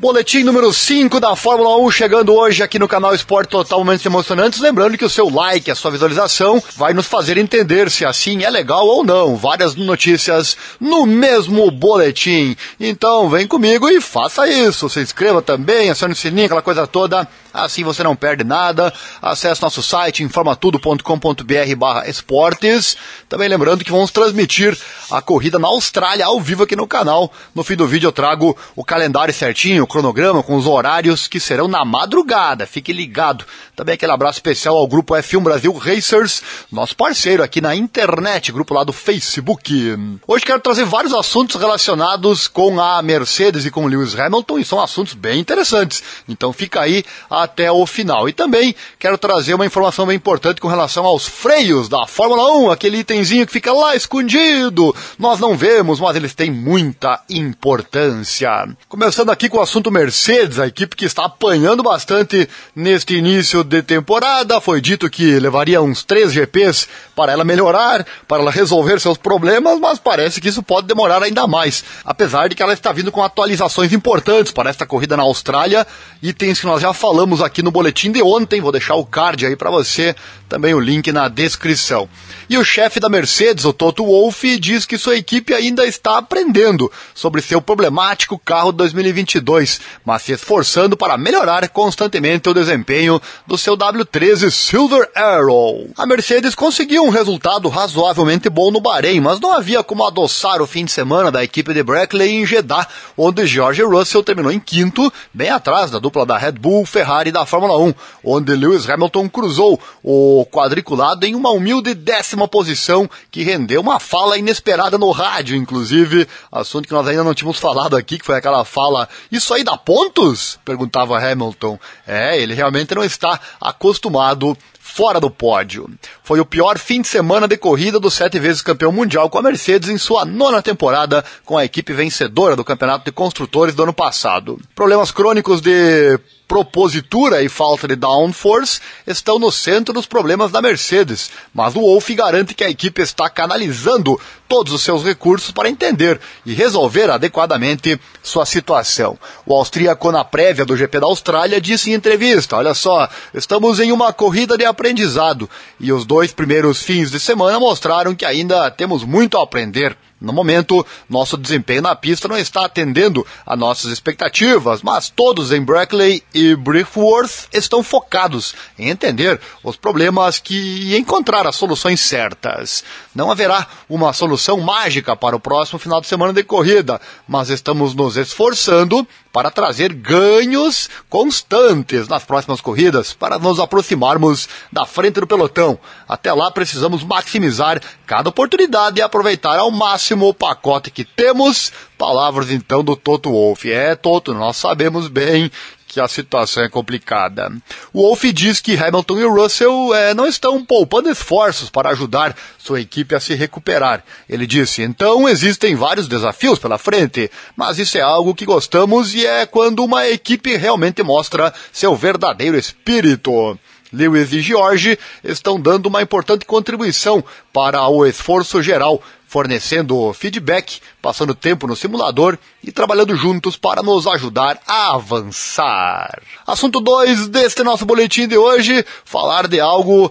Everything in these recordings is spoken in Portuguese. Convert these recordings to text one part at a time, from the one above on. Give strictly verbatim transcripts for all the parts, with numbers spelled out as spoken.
Boletim número cinco da Fórmula um chegando hoje aqui no canal Esporte Total Momentos Emocionantes. Lembrando que o seu like, a sua visualização vai nos fazer entender se assim é legal ou não. Várias notícias no mesmo boletim. Então vem comigo e faça isso. Se inscreva também, acione o sininho, aquela coisa toda. Assim você não perde nada. Acesse nosso site informatudo ponto com ponto br barra esportes. Também lembrando que vamos transmitir a corrida na Austrália ao vivo aqui no canal. No fim do vídeo eu trago o calendário certinho, o cronograma com os horários que serão na madrugada. Fique ligado. Também aquele abraço especial ao grupo F um Brasil Racers, nosso parceiro aqui na internet, grupo lá do Facebook. Hoje quero trazer vários assuntos relacionados com a Mercedes e com o Lewis Hamilton, e são assuntos bem interessantes. Então fica aí até o final. E também quero trazer uma informação bem importante com relação aos freios da Fórmula um, aquele itemzinho que fica lá escondido. Nós não vemos, mas eles têm muita importância. Começando aqui com o assunto Mercedes, a equipe que está apanhando bastante neste início de temporada. Foi dito que levaria uns três G Ps para ela melhorar, para ela resolver seus problemas, mas parece que isso pode demorar ainda mais. Apesar de que ela está vindo com atualizações importantes para esta corrida na Austrália, itens que nós já falamos aqui no boletim de ontem. Vou deixar o card aí para você, também o link na descrição. E o chefe da Mercedes, o Toto Wolff, diz que sua equipe ainda está aprendendo sobre seu problemático carro de dois mil e vinte e dois, mas se esforçando para melhorar constantemente o desempenho do seu W treze Silver Arrow. A Mercedes conseguiu um resultado razoavelmente bom no Bahrein, mas não havia como adoçar o fim de semana da equipe de Brackley em Jeddah, onde George Russell terminou em quinto, bem atrás da dupla da Red Bull, Ferrari e da Fórmula um, onde Lewis Hamilton cruzou o quadriculado em uma humilde décima posição, que rendeu uma fala inesperada no rádio, inclusive, assunto que nós ainda não tínhamos falado aqui, que foi aquela fala: "Isso aí dá pontos?" perguntava Hamilton. É, ele realmente não está acostumado fora do pódio. Foi o pior fim de semana de corrida do sete vezes campeão mundial com a Mercedes em sua nona temporada, com a equipe vencedora do Campeonato de Construtores do ano passado. Problemas crônicos de propositura e falta de downforce estão no centro dos problemas da Mercedes, mas o Wolff garante que a equipe está canalizando todos os seus recursos para entender e resolver adequadamente sua situação. O austríaco, na prévia do G P da Austrália, disse em entrevista: "Olha só, estamos em uma corrida de aprendizado e os dois primeiros fins de semana mostraram que ainda temos muito a aprender. No momento, nosso desempenho na pista não está atendendo a nossas expectativas, mas todos em Brackley e Brickworth estão focados em entender os problemas que, e encontrar as soluções certas. Não haverá uma solução mágica para o próximo final de semana de corrida, mas estamos nos esforçando para trazer ganhos constantes nas próximas corridas, para nos aproximarmos da frente do pelotão. Até lá precisamos maximizar cada oportunidade e aproveitar ao máximo o pacote que temos." Palavras então do Toto Wolff. É, Toto, nós sabemos bem que a situação é complicada. O Wolff diz que Hamilton e Russell é, não estão poupando esforços para ajudar sua equipe a se recuperar. Ele disse: "Então existem vários desafios pela frente, mas isso é algo que gostamos e é quando uma equipe realmente mostra seu verdadeiro espírito." Lewis e George estão dando uma importante contribuição para o esforço geral, fornecendo feedback, passando tempo no simulador e trabalhando juntos para nos ajudar a avançar. Assunto dois deste nosso boletim de hoje, falar de algo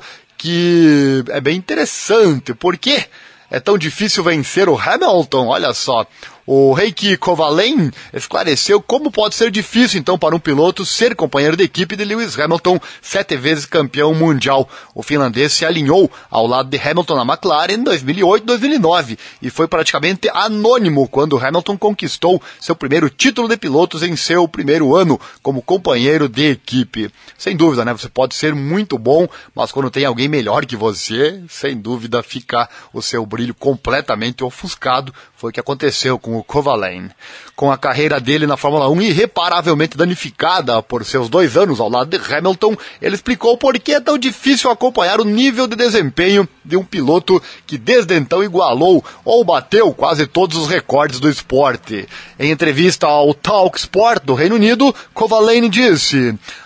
que é bem interessante. Por quê é tão difícil vencer o Hamilton? Olha só. O Heikki Kovalainen esclareceu como pode ser difícil, então, para um piloto ser companheiro de equipe de Lewis Hamilton, sete vezes campeão mundial. O finlandês se alinhou ao lado de Hamilton na McLaren em dois mil e oito e dois mil e nove e foi praticamente anônimo quando Hamilton conquistou seu primeiro título de pilotos em seu primeiro ano como companheiro de equipe. Sem dúvida, né? Você pode ser muito bom, mas quando tem alguém melhor que você, sem dúvida fica o seu brilho completamente ofuscado. Foi o que aconteceu com o Kovalainen. Com a carreira dele na Fórmula um irreparavelmente danificada por seus dois anos ao lado de Hamilton, ele explicou por que é tão difícil acompanhar o nível de desempenho de um piloto que desde então igualou ou bateu quase todos os recordes do esporte. Em entrevista ao Talk Sport do Reino Unido, Kovalainen disse: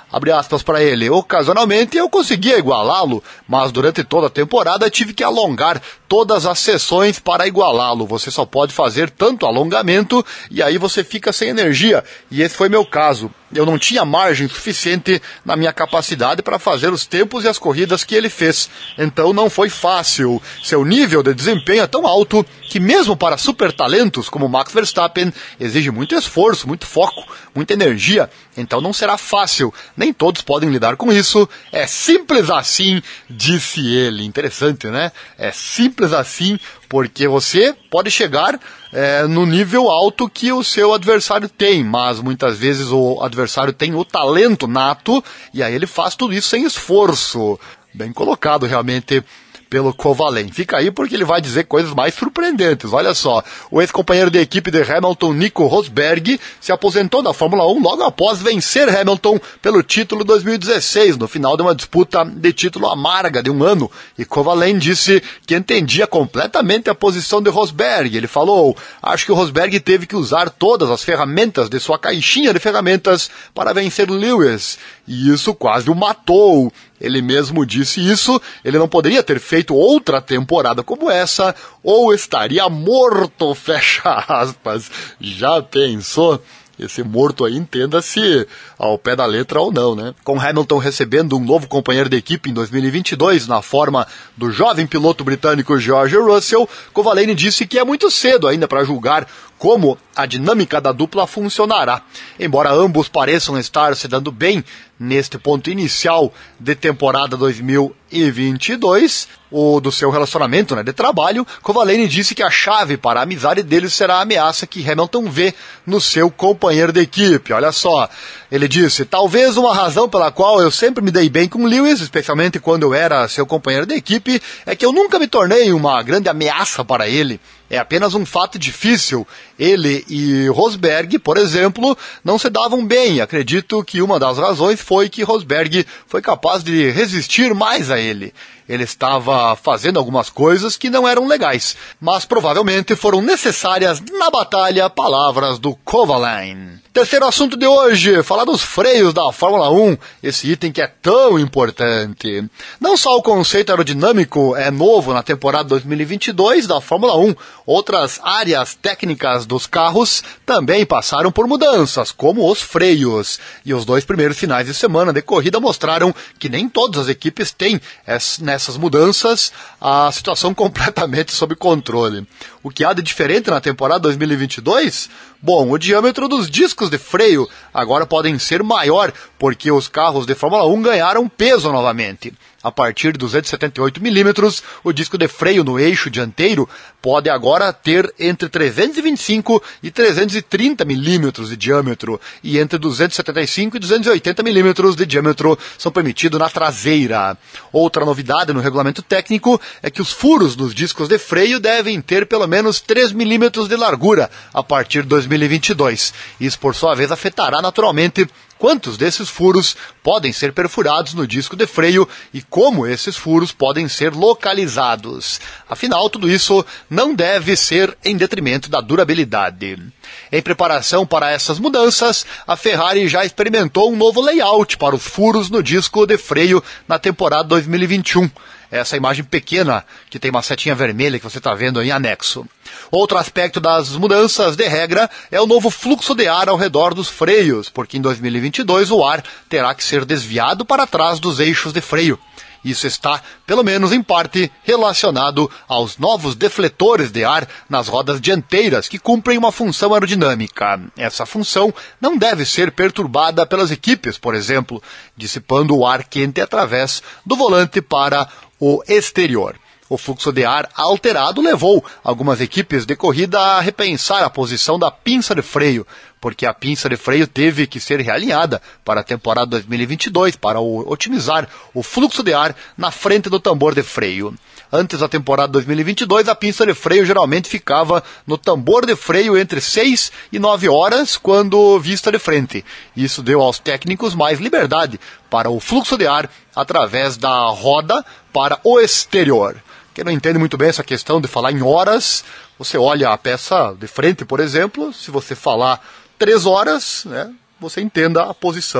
Abre aspas para ele, ocasionalmente eu conseguia igualá-lo, mas durante toda a temporada tive que alongar todas as sessões para igualá-lo. Você só pode fazer tanto alongamento e aí você fica sem energia. E esse foi meu caso. Eu não tinha margem suficiente na minha capacidade para fazer os tempos e as corridas que ele fez. Então não foi fácil. Seu nível de desempenho é tão alto que mesmo para super talentos como Max Verstappen exige muito esforço, muito foco, muita energia. Então não será fácil. Nem todos podem lidar com isso. É simples assim, disse ele. Interessante, né? É simples assim, porque você pode chegar é, no nível alto que o seu adversário tem, mas muitas vezes o adversário tem o talento nato, e aí ele faz tudo isso sem esforço. Bem colocado, realmente, pelo Kovalainen. Fica aí porque ele vai dizer coisas mais surpreendentes. Olha só, o ex-companheiro de equipe de Hamilton, Nico Rosberg, se aposentou da Fórmula um logo após vencer Hamilton pelo título dois mil e dezesseis, no final de uma disputa de título amarga de um ano. E Kovalainen disse que entendia completamente a posição de Rosberg. Ele falou, acho que o Rosberg teve que usar todas as ferramentas de sua caixinha de ferramentas para vencer Lewis. E isso quase o matou. Ele mesmo disse isso, ele não poderia ter feito outra temporada como essa, ou estaria morto, fecha aspas. Já pensou? Esse morto aí, entenda-se ao pé da letra ou não, né? Com Hamilton recebendo um novo companheiro de equipe em dois mil e vinte e dois, na forma do jovem piloto britânico George Russell, Kovalainen disse que é muito cedo ainda para julgar como a dinâmica da dupla funcionará. Embora ambos pareçam estar se dando bem neste ponto inicial de temporada dois mil e vinte e dois, o do seu relacionamento, né, de trabalho, Kovalainen disse que a chave para a amizade deles será a ameaça que Hamilton vê no seu companheiro de equipe. Olha só, ele disse, talvez uma razão pela qual eu sempre me dei bem com Lewis, especialmente quando eu era seu companheiro de equipe, é que eu nunca me tornei uma grande ameaça para ele. É apenas um fato difícil. Ele e Rosberg, por exemplo, não se davam bem. Acredito que uma das razões foi que Rosberg foi capaz de resistir mais a ele. Ele estava fazendo algumas coisas que não eram legais, mas provavelmente foram necessárias na batalha, palavras do Kovalainen. Terceiro assunto de hoje, falar dos freios da Fórmula um, esse item que é tão importante. Não só o conceito aerodinâmico é novo na temporada dois mil e vinte e dois da Fórmula um, outras áreas técnicas dos carros também passaram por mudanças, como os freios. E os dois primeiros finais de semana de corrida mostraram que nem todas as equipes têm nessas mudanças a situação completamente sob controle. O que há de diferente na temporada dois mil e vinte e dois? Bom, o diâmetro dos discos de freio agora podem ser maior, porque os carros de Fórmula um ganharam peso novamente. A partir de duzentos e setenta e oito milímetros, o disco de freio no eixo dianteiro pode agora ter entre trezentos e vinte e cinco e trezentos e trinta milímetros de diâmetro, e entre duzentos e setenta e cinco e duzentos e oitenta milímetros de diâmetro são permitidos na traseira. Outra novidade no regulamento técnico é que os furos nos discos de freio devem ter pelo menos três milímetros de largura a partir de dois mil e vinte e dois. Isso, por sua vez, afetará naturalmente quantos desses furos podem ser perfurados no disco de freio e como esses furos podem ser localizados. Afinal, tudo isso não deve ser em detrimento da durabilidade. Em preparação para essas mudanças, a Ferrari já experimentou um novo layout para os furos no disco de freio na temporada dois mil e vinte e um. Essa imagem pequena, que tem uma setinha vermelha que você está vendo aí em anexo. Outro aspecto das mudanças de regra é o novo fluxo de ar ao redor dos freios, porque em dois mil e vinte e dois o ar terá que ser desviado para trás dos eixos de freio. Isso está, pelo menos em parte, relacionado aos novos defletores de ar nas rodas dianteiras, que cumprem uma função aerodinâmica. Essa função não deve ser perturbada pelas equipes, por exemplo, dissipando o ar quente através do volante para o exterior. O fluxo de ar alterado levou algumas equipes de corrida a repensar a posição da pinça de freio, porque a pinça de freio teve que ser realinhada para a temporada dois mil e vinte e dois para otimizar o fluxo de ar na frente do tambor de freio. Antes da temporada dois mil e vinte e dois, a pinça de freio geralmente ficava no tambor de freio entre seis e nove horas quando vista de frente. Isso deu aos técnicos mais liberdade para o fluxo de ar através da roda para o exterior. Quem não entende muito bem essa questão de falar em horas, você olha a peça de frente, por exemplo, se você falar três horas, né, você entenda a posição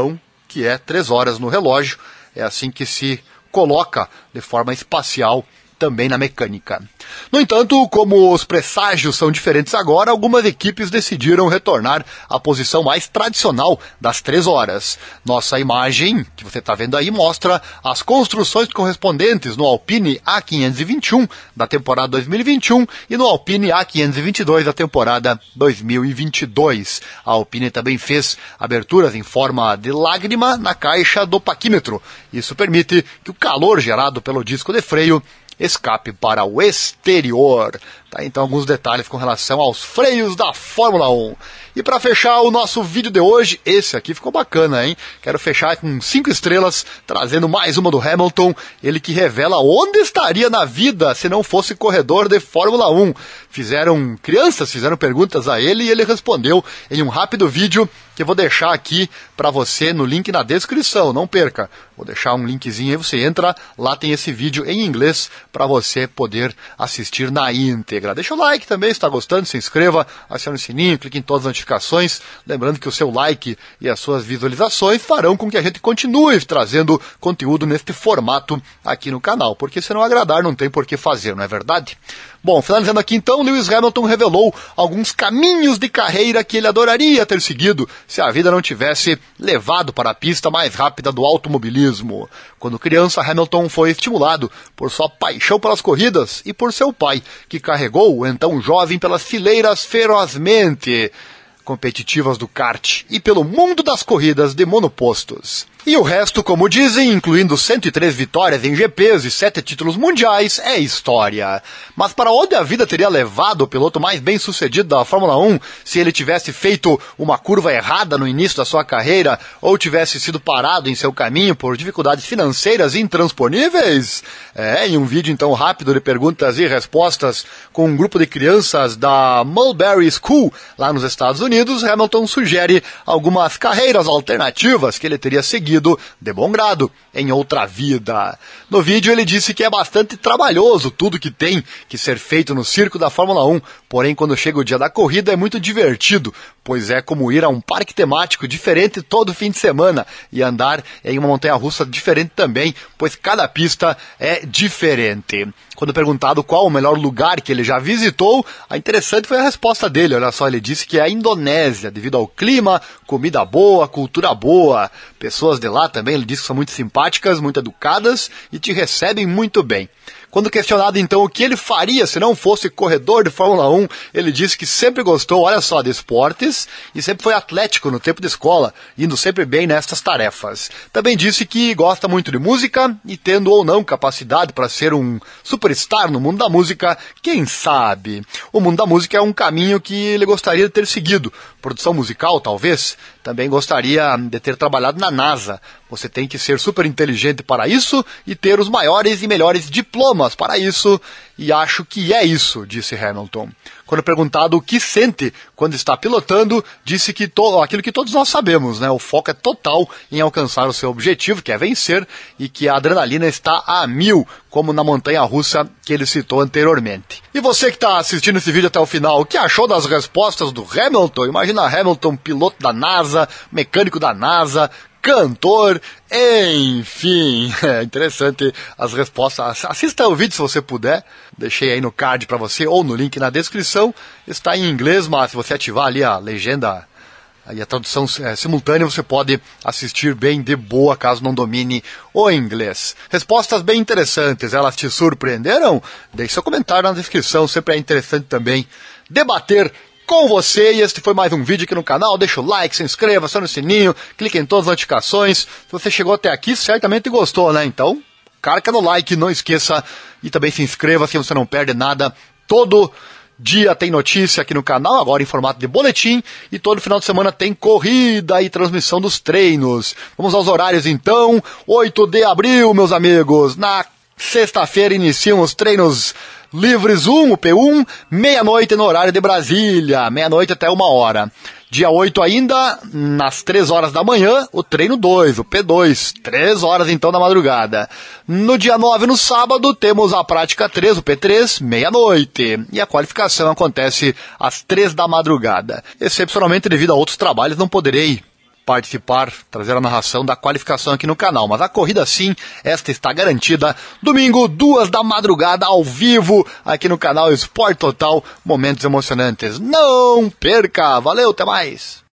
que é três horas no relógio. É assim que se coloca de forma espacial também na mecânica. No entanto, como os presságios são diferentes agora, algumas equipes decidiram retornar à posição mais tradicional das três horas. Nossa imagem, que você está vendo aí, mostra as construções correspondentes no Alpine A quinhentos e vinte e um da temporada dois mil e vinte e um e no Alpine A quinhentos e vinte e dois da temporada dois mil e vinte e dois. A Alpine também fez aberturas em forma de lágrima na caixa do paquímetro. Isso permite que o calor gerado pelo disco de freio escape para o exterior. Tá, então alguns detalhes com relação aos freios da Fórmula um. E para fechar o nosso vídeo de hoje, esse aqui ficou bacana, hein? Quero fechar com cinco estrelas, trazendo mais uma do Hamilton, ele que revela onde estaria na vida se não fosse corredor de Fórmula um. Fizeram, crianças fizeram perguntas a ele e ele respondeu em um rápido vídeo que eu vou deixar aqui para você no link na descrição, não perca. Vou deixar um linkzinho aí, você entra, lá tem esse vídeo em inglês para você poder assistir na íntegra. Deixa o like também se está gostando, se inscreva, acione o sininho, clique em todas as notificações. Lembrando que o seu like e as suas visualizações farão com que a gente continue trazendo conteúdo neste formato aqui no canal, porque se não agradar não tem por que fazer, não é verdade? Bom, finalizando aqui então, Lewis Hamilton revelou alguns caminhos de carreira que ele adoraria ter seguido se a vida não tivesse levado para a pista mais rápida do automobilismo. Quando criança, Hamilton foi estimulado por sua paixão pelas corridas e por seu pai, que carregou o então jovem pelas fileiras ferozmente competitivas do kart e pelo mundo das corridas de monopostos. E o resto, como dizem, incluindo cento e três vitórias em G Ps e sete títulos mundiais, é história. Mas para onde a vida teria levado o piloto mais bem sucedido da Fórmula um se ele tivesse feito uma curva errada no início da sua carreira ou tivesse sido parado em seu caminho por dificuldades financeiras intransponíveis? É, em um vídeo então rápido de perguntas e respostas com um grupo de crianças da Mulberry School, lá nos Estados Unidos, Hamilton sugere algumas carreiras alternativas que ele teria seguido de bom grado em outra vida. No vídeo ele disse que é bastante trabalhoso tudo que tem que ser feito no circo da Fórmula um, porém quando chega o dia da corrida é muito divertido, pois é como ir a um parque temático diferente todo fim de semana e andar em uma montanha-russa diferente também, pois cada pista é diferente. Quando perguntado qual o melhor lugar que ele já visitou, a interessante foi a resposta dele. Olha só, ele disse que é a Indonésia, devido ao clima, comida boa, cultura boa. Pessoas de lá também, ele disse que são muito simpáticas, muito educadas e te recebem muito bem. Quando questionado então o que ele faria se não fosse corredor de Fórmula um, ele disse que sempre gostou, olha só, de esportes e sempre foi atlético no tempo de escola, indo sempre bem nestas tarefas. Também disse que gosta muito de música e tendo ou não capacidade para ser um superstar no mundo da música, quem sabe? O mundo da música é um caminho que ele gostaria de ter seguido. Produção musical, talvez. Também gostaria de ter trabalhado na NASA. Você tem que ser super inteligente para isso e ter os maiores e melhores diplomas para isso. E acho que é isso, disse Hamilton. Quando perguntado o que sente quando está pilotando, disse que to- aquilo que todos nós sabemos, né? O foco é total em alcançar o seu objetivo, que é vencer, e que a adrenalina está a mil, como na montanha-russa que ele citou anteriormente. E você que está assistindo esse vídeo até o final, o que achou das respostas do Hamilton? Imagina Hamilton, piloto da NASA, mecânico da NASA, cantor, enfim, é interessante as respostas. Assista o vídeo se você puder, deixei aí no card para você ou no link na descrição, está em inglês, mas se você ativar ali a legenda e a tradução é, simultânea, você pode assistir bem de boa, caso não domine o inglês. Respostas bem interessantes, elas te surpreenderam? Deixe seu comentário na descrição, sempre é interessante também debater com você, e este foi mais um vídeo aqui no canal. Deixa o like, se inscreva, acione o sininho, clique em todas as notificações. Se você chegou até aqui, certamente gostou, né? Então, carca no like, não esqueça, e também se inscreva, se você não perde nada. Todo dia tem notícia aqui no canal, agora em formato de boletim, e todo final de semana tem corrida e transmissão dos treinos. Vamos aos horários então. oito de abril, meus amigos, na sexta-feira iniciam os treinos livres um, o P um, meia-noite no horário de Brasília, meia-noite até uma hora. Dia oito ainda, nas três horas da manhã, o treino dois, o P dois, três horas então da madrugada. No dia nove, no sábado, temos a prática três, o P três, meia-noite. E a qualificação acontece às três da madrugada. Excepcionalmente, devido a outros trabalhos, não poderei participar, trazer a narração da qualificação aqui no canal. Mas a corrida sim, esta está garantida. Domingo, duas da madrugada, ao vivo, aqui no canal Esporte Total. Momentos emocionantes. Não perca! Valeu, até mais!